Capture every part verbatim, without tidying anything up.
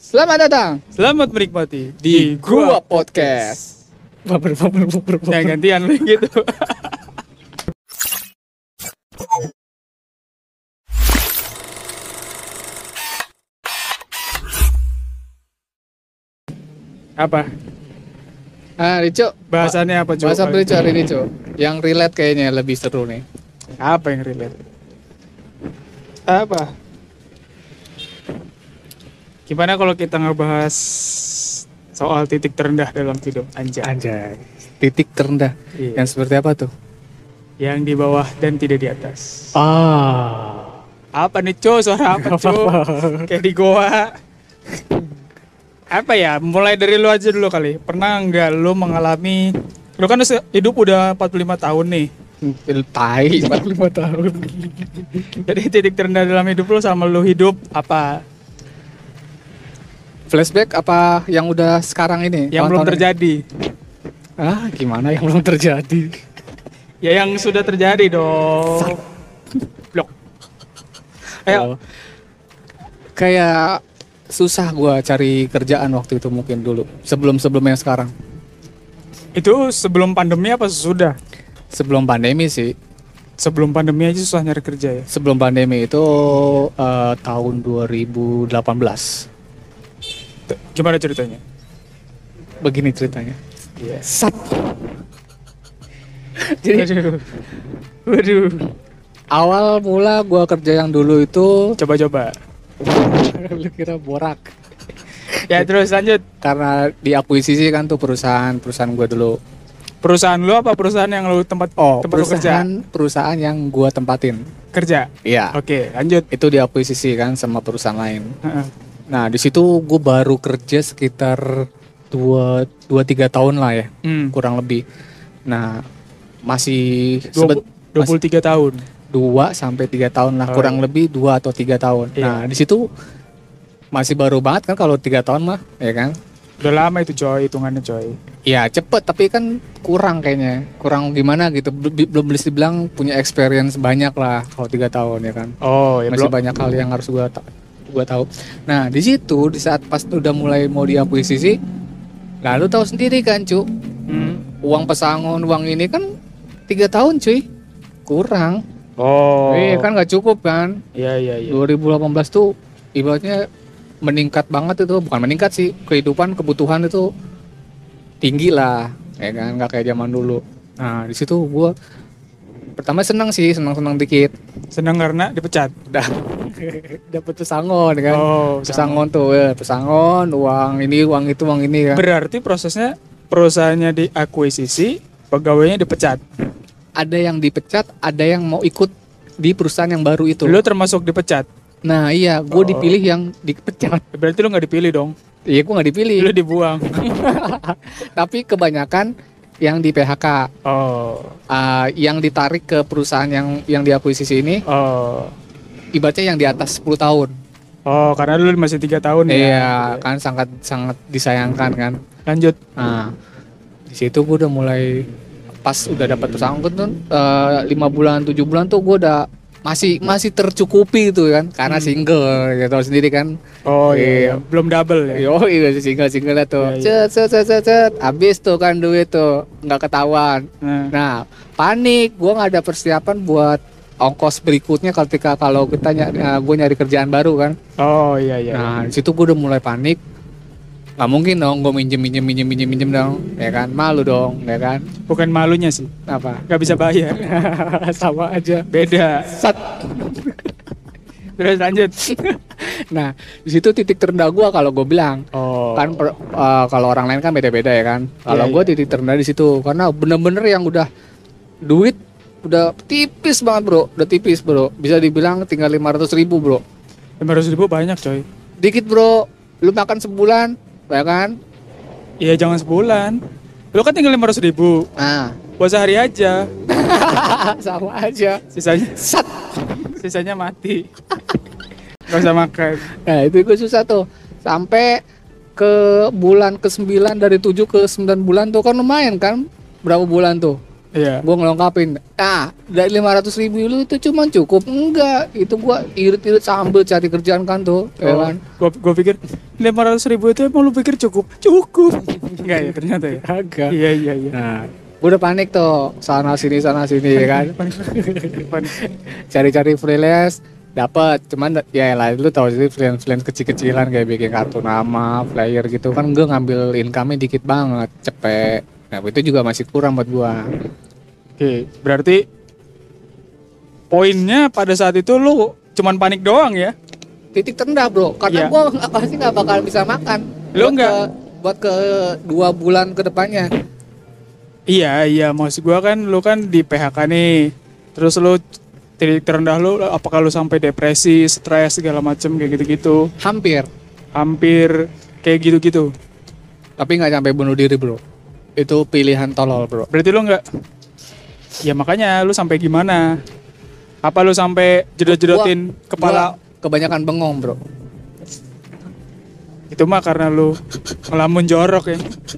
Selamat datang Selamat menikmati di Gua Podcast. Baper, baper, baper, baper. Yang gantian lu gitu. Apa? Ah, Rico. Bahasannya apa, Cuk? Bahasa Rico hari ini, Cuk. Yang relate kayaknya lebih seru nih. Apa yang relate? Apa? Gimana kalau kita ngebahas soal titik terendah dalam hidup? Anjay. Anjay. Titik terendah. Iya. Yang seperti apa tuh? Yang di bawah dan tidak di atas. Ah. Apa nih, Cuk? Suara apa, Cuk? Kayak di goa. Apa ya? Mulai dari lu aja dulu kali. Pernah nggak lu mengalami, lu kan hidup udah empat puluh lima tahun nih. Tai empat puluh lima tahun. Jadi titik terendah dalam hidup lu sama lu hidup apa? Flashback apa yang udah sekarang ini? Yang belum terjadi. Ah, gimana yang belum terjadi? Ya yang sudah terjadi dong. Blok. Ayo. Oh. Kayak susah gua cari kerjaan waktu itu mungkin dulu. Sebelum-sebelum yang sekarang. Itu sebelum pandemi apa sesudah? Sebelum pandemi sih. Sebelum pandemi aja susah nyari kerja ya? Sebelum pandemi itu uh, tahun dua ribu delapan belas. Gimana ceritanya? Begini ceritanya. Iya. Yeah. Sat. Jadi Waduh. Waduh. awal mula gua kerja yang dulu itu Coba-coba. lu kira borak. Ya terus lanjut. Karena diakuisisi kan tuh perusahaan-perusahaan gua dulu. Perusahaan lu apa perusahaan yang lu tempat Oh, tempat lu kerja? perusahaan perusahaan yang gua tempatin. Kerja. Iya. Oke, lanjut. Itu diakuisisi kan sama perusahaan lain. Heeh. Nah, di situ gue baru kerja sekitar dua dua tiga tahun lah ya, Hmm. kurang lebih. Nah, masih dua sebet puluh tiga tahun. dua sampai tiga tahun lah, Oh, kurang iya. lebih dua atau tiga tahun. Iya. Nah, di situ masih baru banget kan kalau tiga tahun mah, ya kan? Udah lama itu coy, hitungannya coy. Ya cepet, tapi kan kurang kayaknya, kurang gimana gitu. Bel- Belum bisa dibilang punya experience banyak lah kalau tiga tahun ya kan. Oh, ya Masih belum. banyak hal yang harus gue gue tahu. Nah, di situ di saat pas udah mulai mau diakuisisi, lalu tahu sendiri kan, cu, Hmm. uang pesangon, uang ini kan tiga tahun, cuy, kurang. Oh. Eh kan nggak cukup kan. Iya, iya, iya. dua ribu delapan belas tuh ibaratnya meningkat banget itu, bukan meningkat sih, kehidupan kebutuhan itu tinggi lah, ya kan, nggak kayak zaman dulu. Nah, di situ gue pertama senang sih, senang-senang dikit. Senang karena dipecat. Dah dapet pesangon kan. Oh, Pesangon tuh, ya, pesangon, uang ini, uang itu, uang ini kan. Berarti prosesnya perusahaannya diakuisisi, pegawainya dipecat. Ada yang dipecat, ada yang mau ikut di perusahaan yang baru itu. Lu termasuk dipecat. Nah iya, gue Oh. dipilih yang dipecat. Berarti lu nggak dipilih dong. Iya, gue nggak dipilih. Lu dibuang. Tapi kebanyakan yang di P H K, Oh. uh, yang ditarik ke perusahaan yang yang diakuisisi ini, Oh. ibaratnya yang di atas sepuluh tahun. Oh, karena lu masih tiga tahun ya. Iya, kan sangat sangat disayangkan kan. Lanjut. Nah, di situ gue udah mulai pas udah dapat pesangon tuh uh, lima bulan tujuh bulan tuh gue udah masih masih tercukupi gitu kan, karena Hmm. single ya tahu sendiri kan. Oh iya, Iya. iya. Belum double ya. Yo iya single single tuh, Iya, iya. cet cet cet cet cet, habis tuh kan duit tuh nggak ketahuan. Nah. Nah panik, gue nggak ada persiapan buat ongkos berikutnya ketika kalau kita nyari, gue nyari kerjaan baru kan. Oh iya iya. Nah di situ gue udah mulai panik. Nggak mungkin dong gue minjem minjem minjem minjem minjem dong, ya kan, malu dong, ya kan. Bukan malunya sih, Apa? nggak bisa bayar. Sama aja. Beda. Sat. Terus lanjut. Nah di situ titik terendah gue kalau gue bilang. Oh. Kan per- uh, kalau orang lain kan beda-beda ya kan. Kalau Iya, gue iya. titik terendah di situ karena bener-bener yang udah duit udah tipis banget bro, udah tipis bro. Bisa dibilang tinggal lima ratus ribu bro. lima ratus ribu banyak coy. Dikit bro. Lu makan sebulan, ya kan? Iya jangan sebulan. Lu kan tinggal lima ratus ribu. Nah, Buat sehari aja. sama aja. Sisanya Sat. sisanya mati. Gak usah makan. Nah itu gue susah tuh. Sampai ke bulan ke sembilan dari tujuh ke sembilan bulan tuh kan lumayan kan? Berapa bulan tuh? Iya. Gue ngelengkapin, ah dari lima ratus ribu lu itu cuma cukup. Enggak, itu gue irit-irit sambil cari kerjaan kan tuh, ya kan. Gue gue pikir lima ratus ribu itu emang lu pikir cukup? Cukup. Enggak ya ternyata ya. Agak. Iya iya iya. Nah, gue udah panik tuh, sana sini sana sini ya kan. Cari-cari freelance, dapat. Cuman ya lah, lu tahu sih freelance freelance kecil-kecilan kayak bikin kartu nama, flyer gitu kan, gue ngambil income-nya dikit banget, cepet. Nah itu juga masih kurang buat gue. Oke, berarti poinnya pada saat itu lu cuman panik doang ya? Titik terendah bro, karena Iya. gue nggak pasti nggak bakal bisa makan. Lu buat nggak? ke, buat ke dua bulan ke depannya. Iya iya, maksud gua kan lu kan di P H K nih, terus lu titik terendah lu, apakah lu sampai depresi, stres segala macem kayak gitu-gitu, Hampir, hampir kayak gitu-gitu. tapi nggak sampai bunuh diri bro. Itu pilihan tolol bro. Berarti lu nggak? Ya makanya lu sampai gimana? Apa lu sampai jedot-jedotin Gua- kepala? gua kebanyakan bengong bro. Itu mah karena lu ngelamun jorok ya.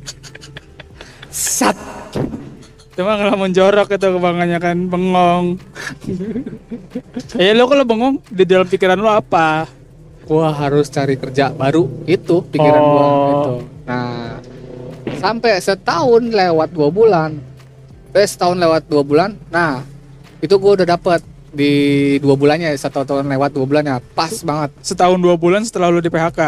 Sat. Itu mah ngelamun jorok itu kebanyakan bengong. Ya lu kalau bengong di dalam pikiran lu apa? Gua harus cari kerja baru, itu pikiran gua Oh. itu. Nah, sampai setahun lewat dua bulan, eh setahun lewat dua bulan, nah itu gua udah dapet di dua bulannya, satu tahun lewat dua bulannya, pas banget. Setahun dua bulan setelah lu di P H K.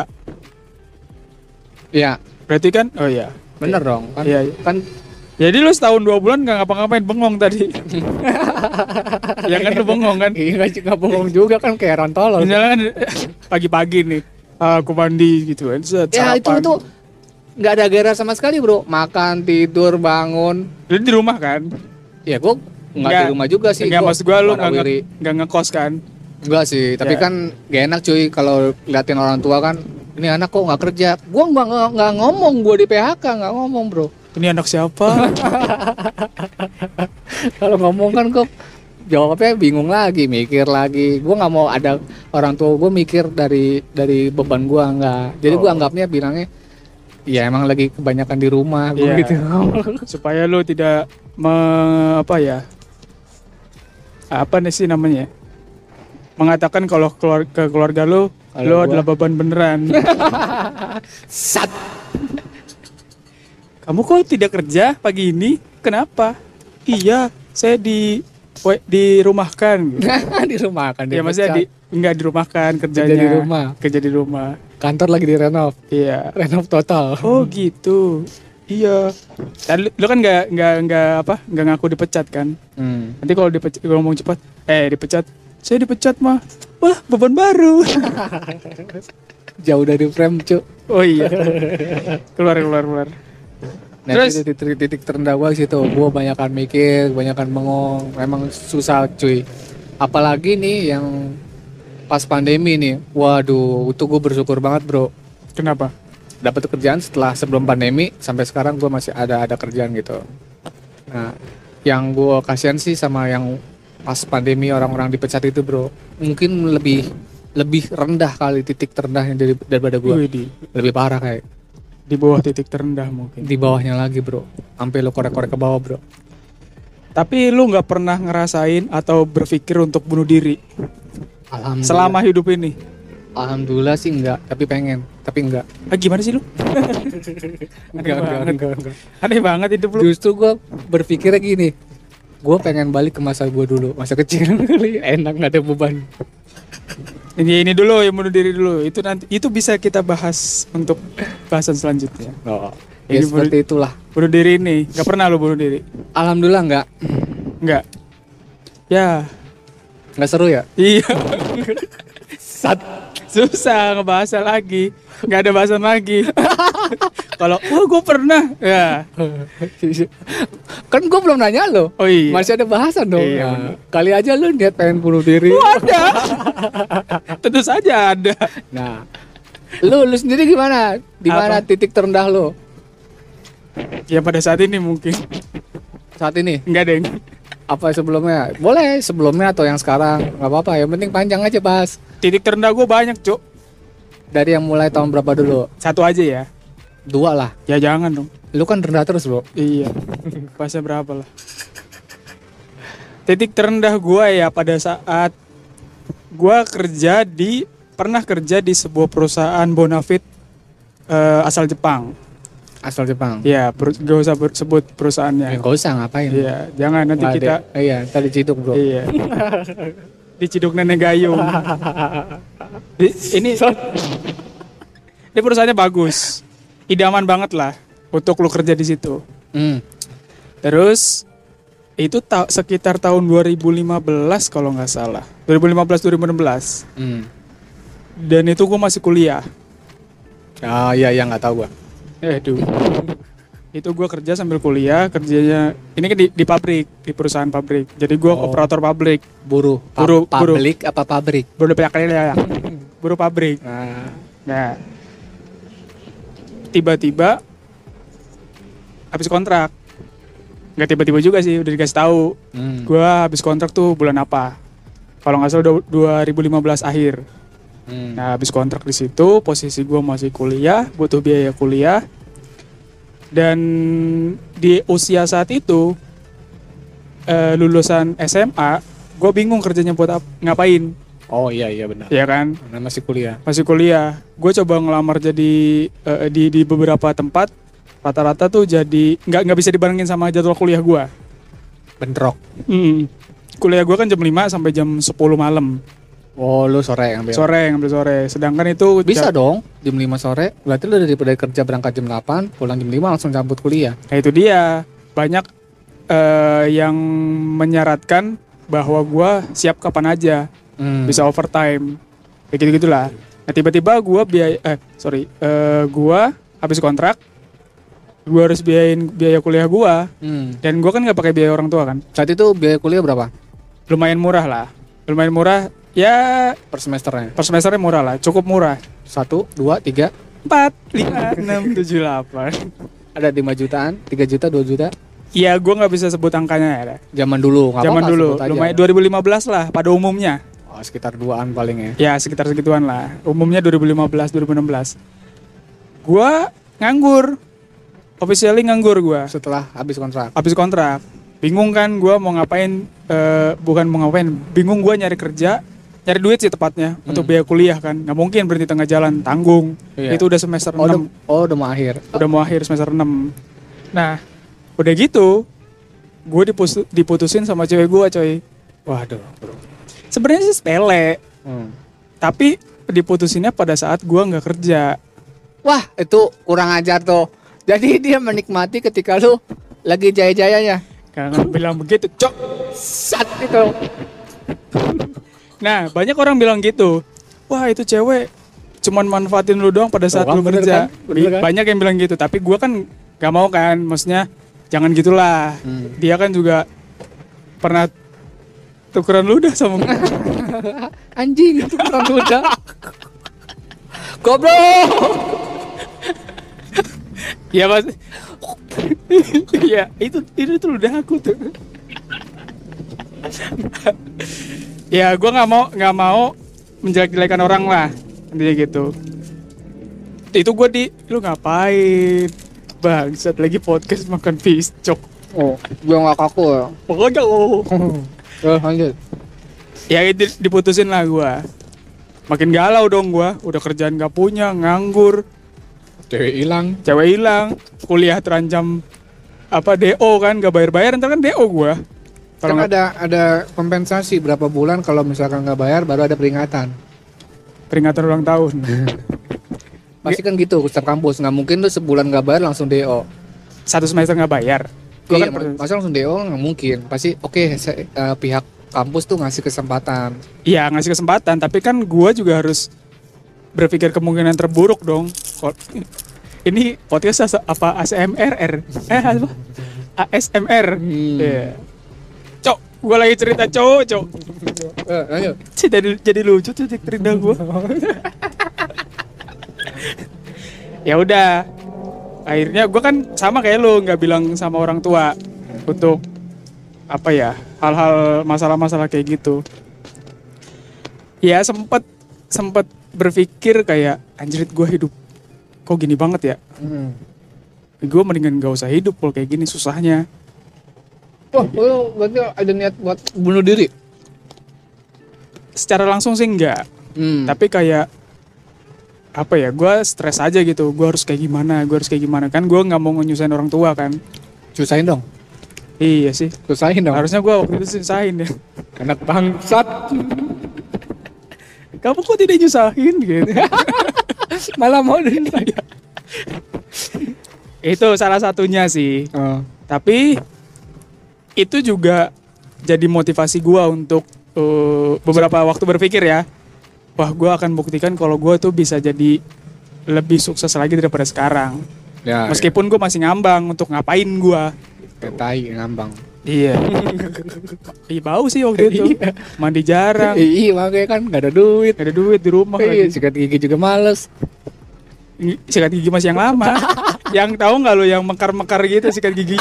Iya, Berarti kan? Oh iya. bener dong kan? Iya, iya. Kan Jadi lu setahun dua bulan nggak ngapa-ngapain, bengong tadi. Ya kan lu bengong kan? iya nggak bohong juga kan, kayak orang tolol. Misalnya kan pagi-pagi nih, ah, aku mandi gitu kan. set, Ya itu sarapan. itu nggak ada gairah sama sekali bro, makan tidur bangun. Lu di rumah kan? Ya gua nggak di rumah juga sih. Enggak, maksud gua lu nggak warawiri. nge- nggak ngekos kan? Enggak sih, tapi Ya. kan gak enak cuy kalau liatin orang tua kan, ini anak kok nggak kerja. Gua nggak nggak- nggak ngomong, gua di P H K nggak ngomong bro. Ini anak siapa? Kalau ngomong kan gua jawabnya bingung lagi, mikir lagi. Gua nggak mau ada orang tua gua mikir dari dari beban gua, nggak. Jadi gua Oh. anggapnya bilangnya, ya emang lagi kebanyakan di rumah gua Iya. gitu. Supaya lu tidak me, apa ya? Apa nih sih namanya? Mengatakan kalau keluar, ke keluarga lu, Kalau lu gua- adalah beban beneran. Sat. Kamu kok tidak kerja pagi ini? Kenapa? Iya, saya di we- dirumahkan. Gitu. Di rumah kan Ya maksudnya di enggak dirumahkan kerjanya. Kerja di rumah. Kerja di rumah. kantor lagi direnov, Iya. renov total. Oh gitu. Iya. Dan lu, lu kan nggak nggak nggak apa nggak ngaku dipecat kan? Hmm. Nanti kalau dipecat ngomong cepat, eh dipecat, saya dipecat mah. Wah beban baru. Jauh dari frame cu. Oh iya. Keluar keluar keluar. Nah, Terus? itu titik, titik terendah gua situ. Gua banyakan mikir, banyakan bengong. Memang susah cuy. Apalagi nih yang pas pandemi nih. Waduh, itu gua bersyukur banget bro. Kenapa? Dapat kerjaan setelah sebelum pandemi sampai sekarang gua masih ada ada kerjaan gitu. Nah, yang gua kasihan sih sama yang pas pandemi orang-orang dipecat itu bro. Mungkin lebih lebih rendah kali titik terendahnya dari daripada gua. Widih. Lebih parah kayak. Di bawah titik terendah mungkin. Di bawahnya lagi bro, sampai lo korek-korek ke bawah bro. Tapi lu nggak pernah ngerasain atau berpikir untuk bunuh diri Alhamdulillah. selama hidup ini? Alhamdulillah sih enggak, tapi pengen, tapi enggak. Ah, gimana sih lu? Enggak, enggak, banget. enggak, enggak. Aneh banget hidup lu. Justru gue berpikirnya gini, gue pengen balik ke masa gue dulu, masa kecil. Enak, nggak ada beban. Ini ini dulu yang bunuh diri dulu. Itu nanti itu bisa kita bahas untuk bahasan selanjutnya. Oh, Ini ya seperti itulah. Bunuh diri ini, nggak pernah lu bunuh diri? Alhamdulillah enggak, Nggak. Ya, nggak seru ya. iya. Sat. Susah ngebahasnya lagi. Nggak ada bahasan lagi. Kalau, oh gue pernah. Ya. Kan gue belum nanya lo. Oh iya. Masih ada bahasan dong. Iya, Nah, bener. kali aja lu niat pengen bunuh diri. Ada. Tentu saja ada. Nah, lu lu sendiri gimana? Di mana Apa? titik terendah lo Ya pada saat ini mungkin. saat ini? Enggak deng. Apa sebelumnya? Boleh sebelumnya atau yang sekarang, nggak apa-apa. Yang penting panjang aja bahas. Titik terendah gue banyak cuk. Dari yang mulai tahun berapa dulu? Satu aja ya. Dua lah. Ya jangan dong. Lu kan rendah terus bro. Iya. Bahasa berapa lah. Titik terendah gue ya pada saat gue kerja di pernah kerja di sebuah perusahaan bonafit uh, asal Jepang. Asal Jepang. Ya, per, gak usah ber, sebut Ya, perusahaannya. gak usah ngapain. Iya, jangan nanti Nggak kita. ada. Iya, tadi ciduk bro. Iya. Diciduk nenek gayung. Di, ini ini perusahaannya bagus, idaman banget lah untuk lu kerja di situ. Hmm. Terus itu ta- sekitar tahun dua ribu lima belas kalau nggak salah, dua ribu lima belas dua ribu enam belas. Hmm. Dan itu gue masih kuliah. Ah iya iya nggak tahu gua. Eh, duh. Itu gue kerja sambil kuliah, kerjanya ini kan di, di pabrik, di perusahaan pabrik. Jadi gue Oh. operator pabrik, Buruh. Pa- Buruh, buruh. Publik apa pabrik? baru dapat kali ya, buruh pabrik. Nah, Nah, tiba-tiba habis kontrak. Nggak tiba-tiba juga sih, udah dikasih tahu. hmm. Gue habis kontrak tuh bulan apa? Kalau nggak salah udah dua ribu lima belas akhir. Hmm. Nah, habis kontrak di situ, posisi gue masih kuliah, butuh biaya kuliah. Dan di usia saat itu, eh, lulusan S M A, gue bingung kerjanya buat ap- ngapain, Oh iya iya benar. ya kan? Karena masih kuliah. Masih kuliah. Gue coba ngelamar jadi eh, di di beberapa tempat, rata-rata tuh jadi nggak nggak bisa dibarengin sama jadwal kuliah gue. Bentrok. Hmm. Kuliah gue kan jam lima sampai jam sepuluh malam. Oh lu sore ngambil. Sore ngambil sore. Sedangkan itu Bisa ja- dong jam lima sore. Berarti lu dari dari kerja berangkat jam delapan, pulang jam lima langsung cabut kuliah. Nah itu dia, banyak eh, yang menyarankan bahwa gua siap kapan aja, Hmm. bisa overtime, kayak gitu gitulah. Nah tiba-tiba gua biaya, eh sorry, eh, gua habis kontrak, gua harus biayain biaya kuliah gua, Hmm. dan gua kan nggak pakai biaya orang tua kan, Saat itu biaya kuliah berapa lumayan murah lah, lumayan murah, ya per semesternya? per semesternya murah lah, cukup murah, Satu, dua, tiga. empat, lima, enam, tujuh, delapan. Ada lima jutaan, tiga juta, dua juta. Iya, gua nggak bisa sebut angkanya ya. Zaman dulu, nggak Zaman apa-apa, dulu, sebut aja. lumayan dua ribu lima belas lah pada umumnya. Oh, sekitar duaan paling ya. Ya sekitar segituan lah. Umumnya dua ribu lima belas dua ribu enam belas. Gua nganggur. Officially nganggur gua. Setelah habis kontrak. Habis kontrak. Bingung kan gua mau ngapain, eh, bukan mau ngapain. Bingung gua nyari kerja, nyari duit sih tepatnya Hmm. untuk biaya kuliah kan. Nggak mungkin berhenti tengah jalan, tanggung. Iya. Itu udah semester Oh, udah, enam. oh, udah mau akhir. Udah mau akhir semester enam. Nah, udah gitu gue dipus- diputusin sama cewek gua, coy. Waduh, bro. Sebenarnya sih sepele, Hmm. tapi diputusinnya pada saat gua nggak kerja. Wah, itu kurang ajar tuh. Jadi dia menikmati ketika lu lagi jaya-jayanya. Jangan bilang begitu, cok. Sat itu. Nah, banyak orang bilang gitu. Wah, itu cewek cuman manfaatin lu doang pada saat Tuh kan, lu bener kerja. kan? Bener Bi- kan? Banyak yang bilang gitu, tapi gua kan gak mau kan. Maksudnya jangan gitulah. Hmm. Dia kan juga pernah tukeran ludah sama gua. Anjing itu kurang udah. Goblok. Ya mas. Iya, itu itu itu ludah aku tuh. Ya, gua nggak mau nggak mau menjelek-jelekan orang lah, intinya gitu. Itu gue di, lu ngapain? Bangsat lagi podcast makan piscok. Oh, gua nggak kaku ya. Pokoknya oh. Eh, lanjut. Ya itu diputusin lah gue. Makin galau dong gue. Udah kerjaan gak punya, nganggur, Cewek hilang. cewek hilang, kuliah terancam apa D O kan, gak bayar-bayar, ntar kan D O gue. Kan Kalau nggak ada ada kompensasi berapa bulan kalau misalkan nggak bayar baru ada peringatan. peringatan ulang tahun. Pasti kan gitu setiap kampus, nggak mungkin lu sebulan nggak bayar langsung D O. Satu semester gak bayar. Gua Iya, kan per- masa langsung D O nggak mungkin. Pasti oke se- eh, pihak kampus tuh ngasih kesempatan. Iya ngasih kesempatan, tapi kan gue juga harus berpikir kemungkinan terburuk dong. Kol- Ini podcast as- apa A S M R R? Eh apa? A S M R. Hmm. Iya. Cok, gue lagi cerita cowok, cok. Eh, ayo. Cih, jadi jadi lucu tuh cerita gue. Ya udah, akhirnya gue kan sama kayak lu, nggak bilang sama orang tua untuk apa ya, hal-hal masalah-masalah kayak gitu. Ya sempet sempet berpikir kayak anjrit gue hidup kok gini banget ya. Hmm. Gue mendingan gak usah hidup kalau kayak gini susahnya. Wah, lu berarti ada niat buat bunuh diri? Secara langsung sih enggak. Hmm. Tapi kayak apa ya, gue stres aja gitu, gue harus kayak gimana, gue harus kayak gimana, kan gue nggak mau nyusahin orang tua kan. Susahin dong. Iya sih, Susahin dong. harusnya gue waktu itu susahin ya. Anak bangsat. Kamu kok tidak nyusahin gitu. Malah mau disahin. Itu salah satunya sih. Oh. Tapi itu juga jadi motivasi gue untuk uh, beberapa waktu berpikir ya, wah gue akan buktikan kalau gue tuh bisa jadi lebih sukses lagi daripada sekarang. Ya, Meskipun gue masih ngambang untuk ngapain gue. kayak tai ngambang. Iya. Ih, bau sih waktu itu. Iya. Mandi jarang. Iya, makanya kan gak ada duit. Gak ada duit di rumah Iya, lagi. sikat gigi juga males. Sikat gigi masih yang lama. Yang tahu nggak lo yang mekar-mekar gitu sikat gigi?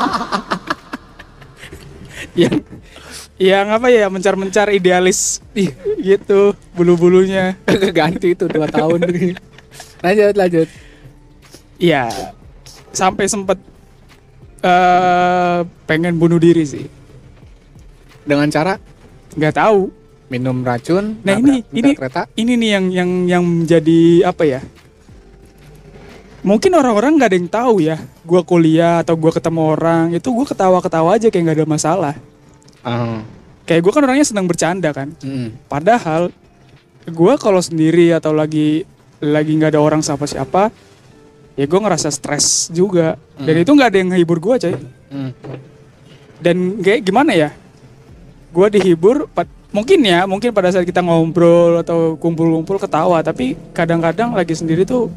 yang yang apa ya, mencar-mencar idealis. Ih, gitu bulu-bulunya. Ganti itu dua tahun. Lanjut, lanjut. Iya. Sampai sempet uh, pengen bunuh diri sih. Dengan cara Nggak tahu. minum racun. Nah, nabrak- ini nabrak ini kereta. ini nih yang yang yang menjadi apa ya? Mungkin orang-orang nggak ada yang tahu ya. Gua kuliah atau gua ketemu orang itu gua ketawa-ketawa aja kayak nggak ada masalah. Ah. Kayak gua kan orangnya senang bercanda kan. Mm. Padahal gua kalau sendiri atau lagi lagi nggak ada orang siapa-siapa, ya gua ngerasa stres juga. Dan Hmm. itu nggak ada yang ngehibur gua, coy. Mm. Dan kayak gimana ya? Gua dihibur pad- mungkin ya, mungkin pada saat kita ngobrol atau kumpul-kumpul ketawa, tapi kadang-kadang lagi sendiri tuh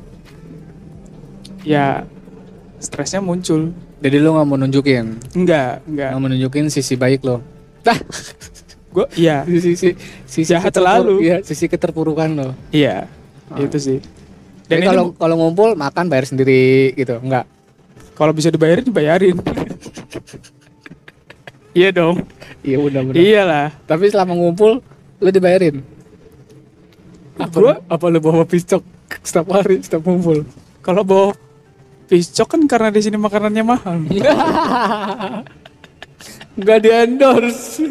ya stresnya muncul. Jadi lo nggak mau nunjukin, Enggak, enggak. nggak mau nunjukin sisi baik lo. Dah, Gua iya, sisi sisi Jahat keterpur- selalu. Iya, sisi keterpurukan lo. iya. Ah. Itu sih. Jadi Dan ini kalau bu- kalau ngumpul makan bayar sendiri gitu, enggak? kalau bisa dibayarin dibayarin. Iya dong. Iya benar-benar. Iyalah. Tapi selama ngumpul lo dibayarin. Apa, Gua- apa lo bawa piscok setiap hari setiap ngumpul? Kalau bawa piscok kan karena di sini makanannya mahal. Enggak di endorse.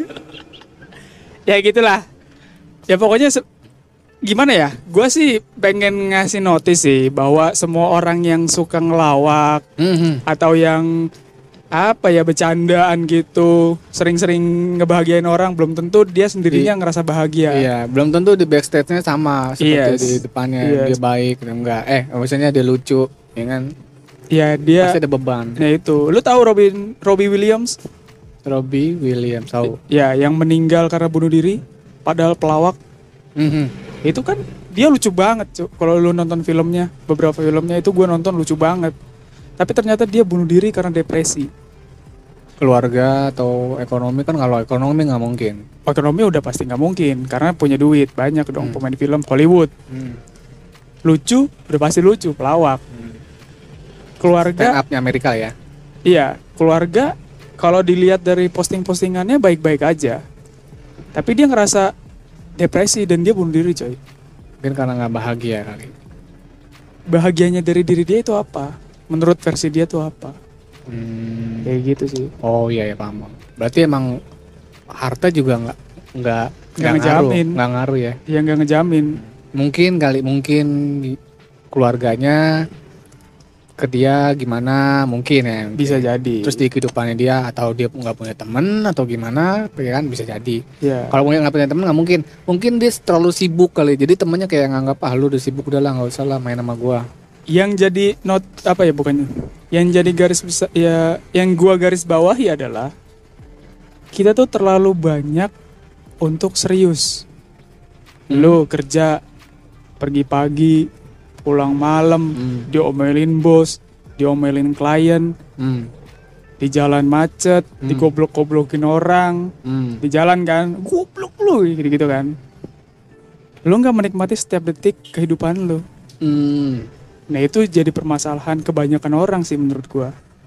Ya gitulah. Ya pokoknya se- gimana ya? Gua sih pengen ngasih notis sih bahwa semua orang yang suka ngelawak Mhm. atau yang apa ya, bercandaan gitu, sering-sering ngebahagiain orang, belum tentu dia sendirinya ngerasa bahagia. Iya, belum tentu di backstage-nya sama seperti Yes. di depannya Yes. dia baik atau enggak. Eh, maksudnya dia lucu, ya kan? Ya dia. Pasti ada beban. Nah itu, lu tahu Robin Robbie Williams? Robbie Williams tahu. Ya, yang meninggal karena bunuh diri, padahal pelawak. Mhm. Itu kan dia lucu banget, Cuk. Kalau lu nonton filmnya, beberapa filmnya itu gue nonton lucu banget. Tapi ternyata dia bunuh diri karena depresi. Keluarga atau ekonomi kan, kalau ekonomi nggak mungkin. Ekonomi udah pasti nggak mungkin karena punya duit banyak dong, Hmm. pemain film Hollywood. Hmm. Lucu, udah pasti lucu, pelawak. Stand Keluarga, up-nya Amerika ya. iya, keluarga kalau dilihat dari posting-postingannya baik-baik aja. Tapi dia ngerasa depresi dan dia bunuh diri, coy. Mungkin karena nggak bahagia kali. Bahagianya dari diri dia itu apa? Menurut versi dia tuh apa? Hmm. Kayak gitu sih. Oh iya ya, paham. Berarti emang harta juga nggak nggak nggak ngaruh, ngejamin. nggak ngaruh ya. Yang nggak ngejamin. Mungkin kali, mungkin keluarganya ke dia gimana, mungkin ya. mungkin. Bisa jadi. Terus di kehidupannya dia, atau dia nggak punya temen atau gimana, ya kan bisa jadi. ya. Kalau punya nggak punya temen nggak mungkin. Mungkin dia terlalu sibuk kali. Jadi temennya kayak nganggap, ah lu udah sibuk, udah lah nggak usah lah main sama gua. Yang jadi not apa ya bukannya? Yang jadi garis besar ya, yang gua garis bawahi adalah kita tuh terlalu banyak untuk serius. Hmm. Lu kerja pergi pagi, pulang malam, Hmm. diomelin bos, diomelin klien, Hmm. di jalan macet, Hmm. digoblok-goblokin orang, Hmm. di jalan kan, goblok lu gitu-gitu kan. Lu nggak menikmati setiap detik kehidupan lu. Hmm. Nah itu jadi permasalahan kebanyakan orang sih menurut gua.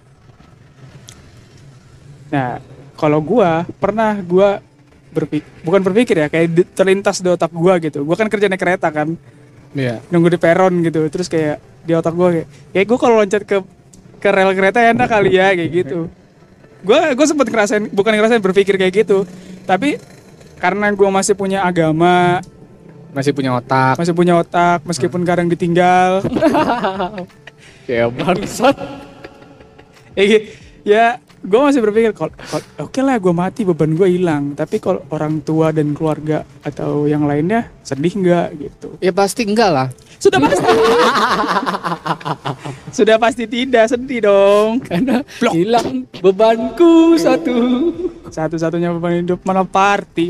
Nah kalau gua pernah gua berpikir, bukan berpikir ya, kayak di- terlintas di otak gua gitu. Gua kan kerja naik kereta kan, Iya. nunggu di peron gitu. Terus kayak di otak gua kayak, kayak gua kalau loncat ke ke rel kereta enak kali ya kayak gitu. gue gue sempat ngerasain, bukan ngerasain, berpikir kayak gitu. Tapi karena gue masih punya agama, Masih punya otak. masih punya otak, meskipun kadang ditinggal. Ya bangsat. ya, gi- ya gue masih berpikir kalau oke lah gue mati beban gue hilang, tapi kalau orang tua dan keluarga atau yang lainnya sedih nggak gitu? Ya pasti enggak lah. Sudah pasti. Sudah pasti tidak sedih dong. Karena hilang bebanku satu. Satu-satunya beban hidup mana party.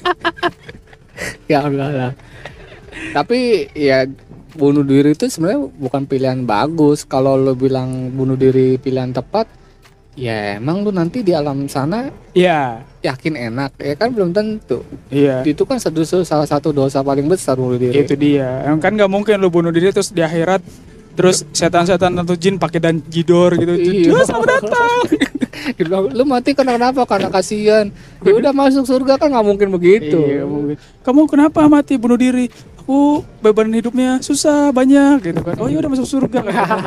Ya enggak lah. Tapi ya bunuh diri itu sebenarnya bukan pilihan bagus. Kalau lo bilang bunuh diri pilihan tepat, ya emang lu nanti di alam sana Iya, yakin enak, ya kan belum tentu. iya. Itu kan satu salah satu dosa paling besar bunuh diri. Itu dia. Yang kan nggak mungkin lu bunuh diri terus di akhirat terus setan-setan atau jin pakai dan jidor gitu. Iya. Iya, selamat datang. Lu, lu mati karena kenapa? Karena kasihan. Ya udah masuk surga kan nggak mungkin begitu. Iya, mungkin. Kamu kenapa mati bunuh diri? Aku beban hidupnya susah banyak gitu kan. Oh ya udah masuk surga.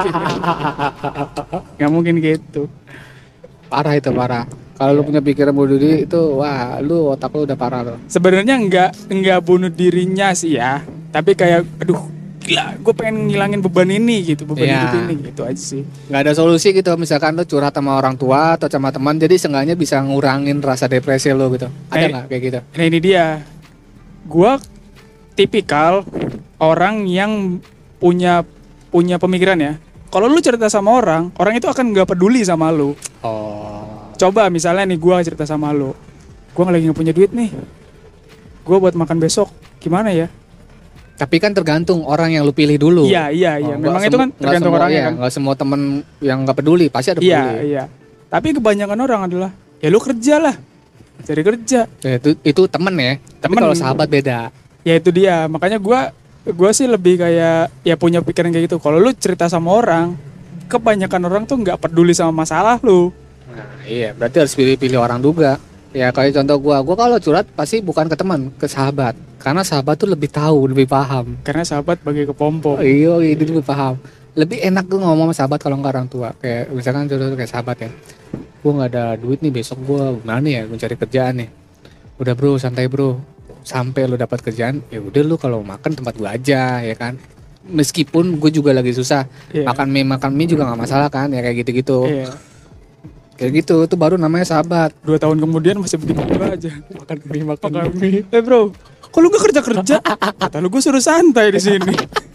Nggak mungkin gitu. Parah itu parah. Kalau lu punya pikiran bunuh diri itu, wah, lu otak lu udah parah lo. Sebenarnya nggak nggak bunuh dirinya sih ya, tapi kayak aduh gila, gue pengen ngilangin beban ini gitu, beban Iya. hidup ini gitu aja sih. Nggak ada solusi gitu. Misalkan lu curhat sama orang tua atau sama teman, jadi seenggaknya bisa ngurangin rasa depresi lu gitu. Ada Kayak- nggak kayak gitu? Nah ini dia, gue tipikal orang yang punya punya pemikiran ya. Kalau lu cerita sama orang, orang itu akan nggak peduli sama lu. Oh. Coba misalnya nih gue cerita sama lu, gue lagi nggak punya duit nih, gue buat makan besok, gimana ya? Tapi kan tergantung orang yang lu pilih dulu. Iya iya iya, Oh, memang nggak itu semu- kan nggak tergantung semua- orangnya iya, kan. nggak semua temen yang nggak peduli, pasti ada Iya peduli. iya. Tapi kebanyakan orang adalah ya lu kerja lah, cari kerja. Ya, itu itu temen ya. Tapi Temen. kalau sahabat beda. Ya itu dia. Makanya gua gua sih lebih kayak ya punya pikiran kayak gitu. Kalau lu cerita sama orang, kebanyakan orang tuh nggak peduli sama masalah lu. Nah, iya, berarti harus pilih-pilih orang juga. Ya kayak contoh gua, gua kalau curhat pasti bukan ke teman, ke sahabat. Karena sahabat tuh lebih tahu, lebih paham. Karena sahabat bagi kepompong. Oh, iya, iya, dia lebih paham. Lebih enak gue ngomong sama sahabat kalau nggak orang tua. Kayak misalkan contoh kayak sahabat ya. Gua nggak ada duit nih besok, gua gimana ya? Gue cari kerjaan nih. Udah bro, santai bro. Sampai lu dapat kerjaan, ya udah lu kalau makan tempat gua aja, ya kan. Meskipun gue juga lagi susah, Iya. makan mie makan mie juga nggak masalah kan, ya kayak gitu-gitu. Iya. Kayak gitu, itu baru namanya sahabat. Dua tahun kemudian masih begitu aja. Makan mie makan Makan mie. Eh bro, kok lu gak kerja kerja? Kata lu gue suruh santai di sini.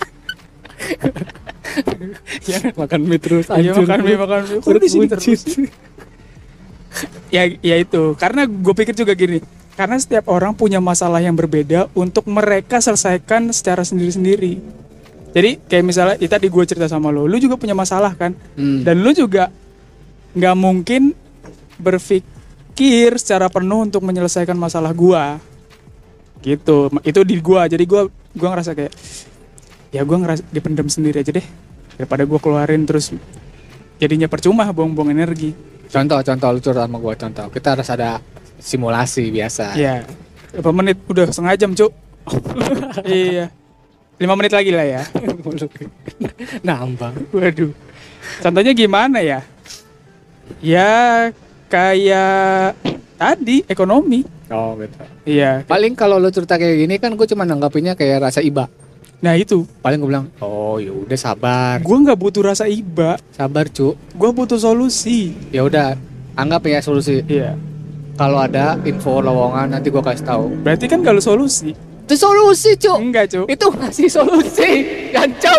ya, makan mie terus. Iya hancur. makan mie makan mie. Kok lu di sini terus? ya ya itu karena gue pikir juga gini, karena setiap orang punya masalah yang berbeda untuk mereka selesaikan secara sendiri-sendiri. Jadi kayak misalnya ya tadi gue cerita sama lo, lu juga punya masalah kan, Hmm. dan lu juga nggak mungkin berpikir secara penuh untuk menyelesaikan masalah gue gitu. Itu di gue, jadi gue gue ngerasa kayak ya gue ngerasa dipendam sendiri aja deh daripada gue keluarin terus jadinya percuma, buang-buang energi. Contoh, contoh lu curhat sama gue, contoh. Kita harus ada simulasi biasa. Iya. Berapa menit? Udah setengah jam, Cuk. Iya. Lima menit lagi lah ya. Nambah. Waduh. Contohnya gimana ya? Ya kayak tadi ekonomi. Oh gitu. Iya. Paling kalau lu cerita kayak gini kan gue cuma nanggapinnya kayak rasa iba. Nah itu. Paling gue bilang, oh ya udah sabar, Gue nggak butuh rasa iba. sabar cu. Gue butuh solusi. Ya udah, anggap ya solusi. Iya. Kalau ada info lowongan nanti gue kasih tahu. Berarti kan kalau solusi. Itu solusi cu. Enggak, Cuk. Itu masih solusi. Gancau.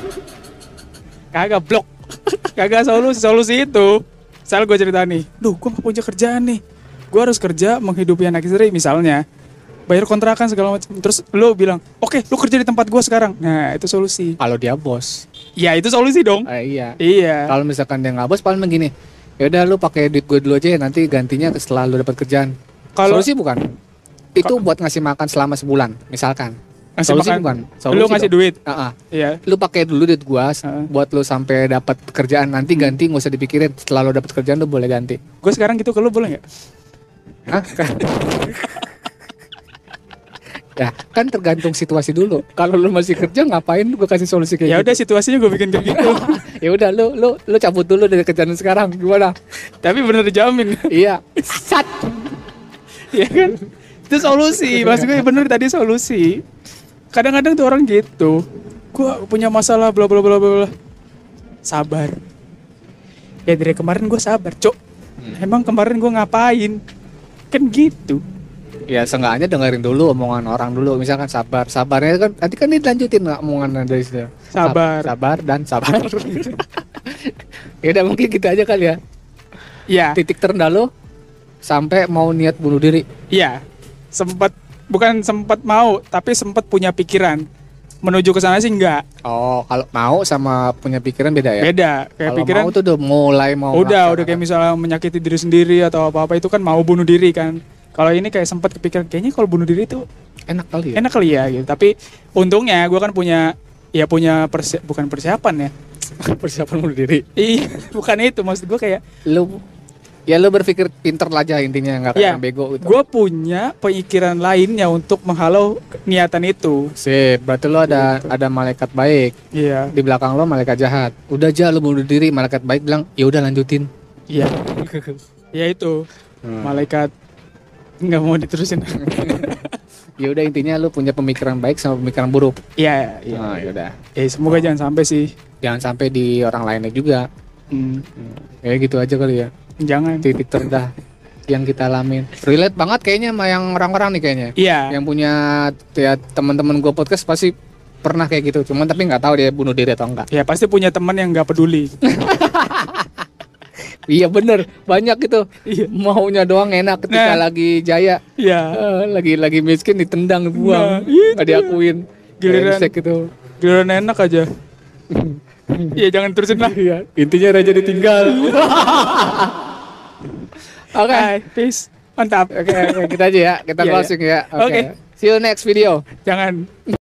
Kagak blok. Kagak solusi. Solusi itu. Misal gue cerita nih. Duh, gue gak punya kerjaan nih. Gue harus kerja menghidupi anak istri misalnya. Bayar kontrakan segala macam. Terus lo bilang, oke, lo kerja di tempat gue sekarang. Nah, itu solusi. Kalau dia bos. Ya, itu solusi dong. Eh, iya. Iya. Kalau misalkan dia nggak bos, paling begini. Ya udah lu pakai duit gue dulu aja ya, nanti gantinya setelah lu dapat kerjaan. Kalau Solusi bukan? Itu buat ngasih makan selama sebulan, misalkan. ngasih Solusi makan, bukan? lo Solusi ngasih dong. duit. Ah, ah. Iya. Lu pakai dulu duit gua s- Heeh. buat lu sampai dapat kerjaan, nanti ganti nggak usah dipikirin. Setelah lu dapat kerjaan lu boleh ganti. Gue sekarang gitu ke lo boleh nggak? Hah? Ya kan tergantung situasi dulu. Kalau lu masih kerja ngapain gue kasih solusi kayak Ya gitu? udah situasinya gue bikin kayak gitu. Ya udah lu lu lu cabut dulu dari kerjaan sekarang gimana? Tapi bener dijamin. Iya. Sat. Ya kan? Itu solusi. Maksud gue bener tadi solusi. Kadang-kadang tuh orang gitu. Gue punya masalah bla bla bla bla bla. Sabar. Ya dari kemarin gue sabar, Cok. Hmm. Emang kemarin gue ngapain? Kan gitu. Ya seenggaknya dengerin dulu omongan orang dulu. Misalkan sabar, sabarnya kan nanti kan dilanjutin nggak omongan dari situ. Sab- Sabar. sabar dan sabar. Ya udah mungkin gitu aja kali ya. Iya. Titik terendah lo sampai mau niat bunuh diri. Iya. Sempat bukan sempat mau, tapi sempat punya pikiran menuju ke sana sih enggak. Oh, kalau mau sama punya pikiran beda ya? Beda. Kayak Kalau pikiran mau tuh udah mulai mau. udah udah melaksanakan. kayak misalnya menyakiti diri sendiri atau apa-apa itu kan mau bunuh diri kan. Kalau ini kayak sempat kepikiran kayaknya kalau bunuh diri itu Enak kali ya. enak kali ya gitu. Tapi untungnya gue kan punya ya punya persi- bukan persiapan ya. Persiapan bunuh diri. Iya, bukan itu maksud gue kayak Lu ya lu berpikir pinter lah aja intinya nggak kayak ya, yang bego gitu. gue punya pemikiran lainnya untuk menghalau niatan itu. Sip, berarti lu ada ada malaikat baik Iya, di belakang lo malaikat jahat. Udah aja lu bunuh diri, malaikat baik bilang, "Ya udah lanjutin." iya. Ya itu Hmm. malaikat nggak mau diterusin. Ya udah intinya lu punya pemikiran baik sama pemikiran buruk. Iya, iya. Nah, ya udah. Eh semoga jangan sampai sih. Jangan sampai di orang lainnya juga. Hmm, Hmm. Ya gitu aja kali ya. jangan. Titik terendah yang kita alamin. Relate banget kayaknya sama yang orang-orang nih kayaknya. Iya. Yang punya ya teman-teman gue podcast pasti pernah kayak gitu. Cuman tapi nggak tahu dia bunuh diri atau enggak. Ya pasti punya teman yang nggak peduli. Iya bener, banyak gitu. Iya. Maunya doang enak ketika Nah. lagi jaya. Iya. Eh, lagi lagi miskin ditendang Nah, dibuang, itu. nggak diakuin. Giliran- Brengsek gitu. Giliran enak aja. Iya jangan terusin lah. Iya, intinya raja ditinggal. Oke, Hai, peace. Mantap. oke, oke, kita aja ya, kita Iya, closing ya. Oke. See you next video. Jangan.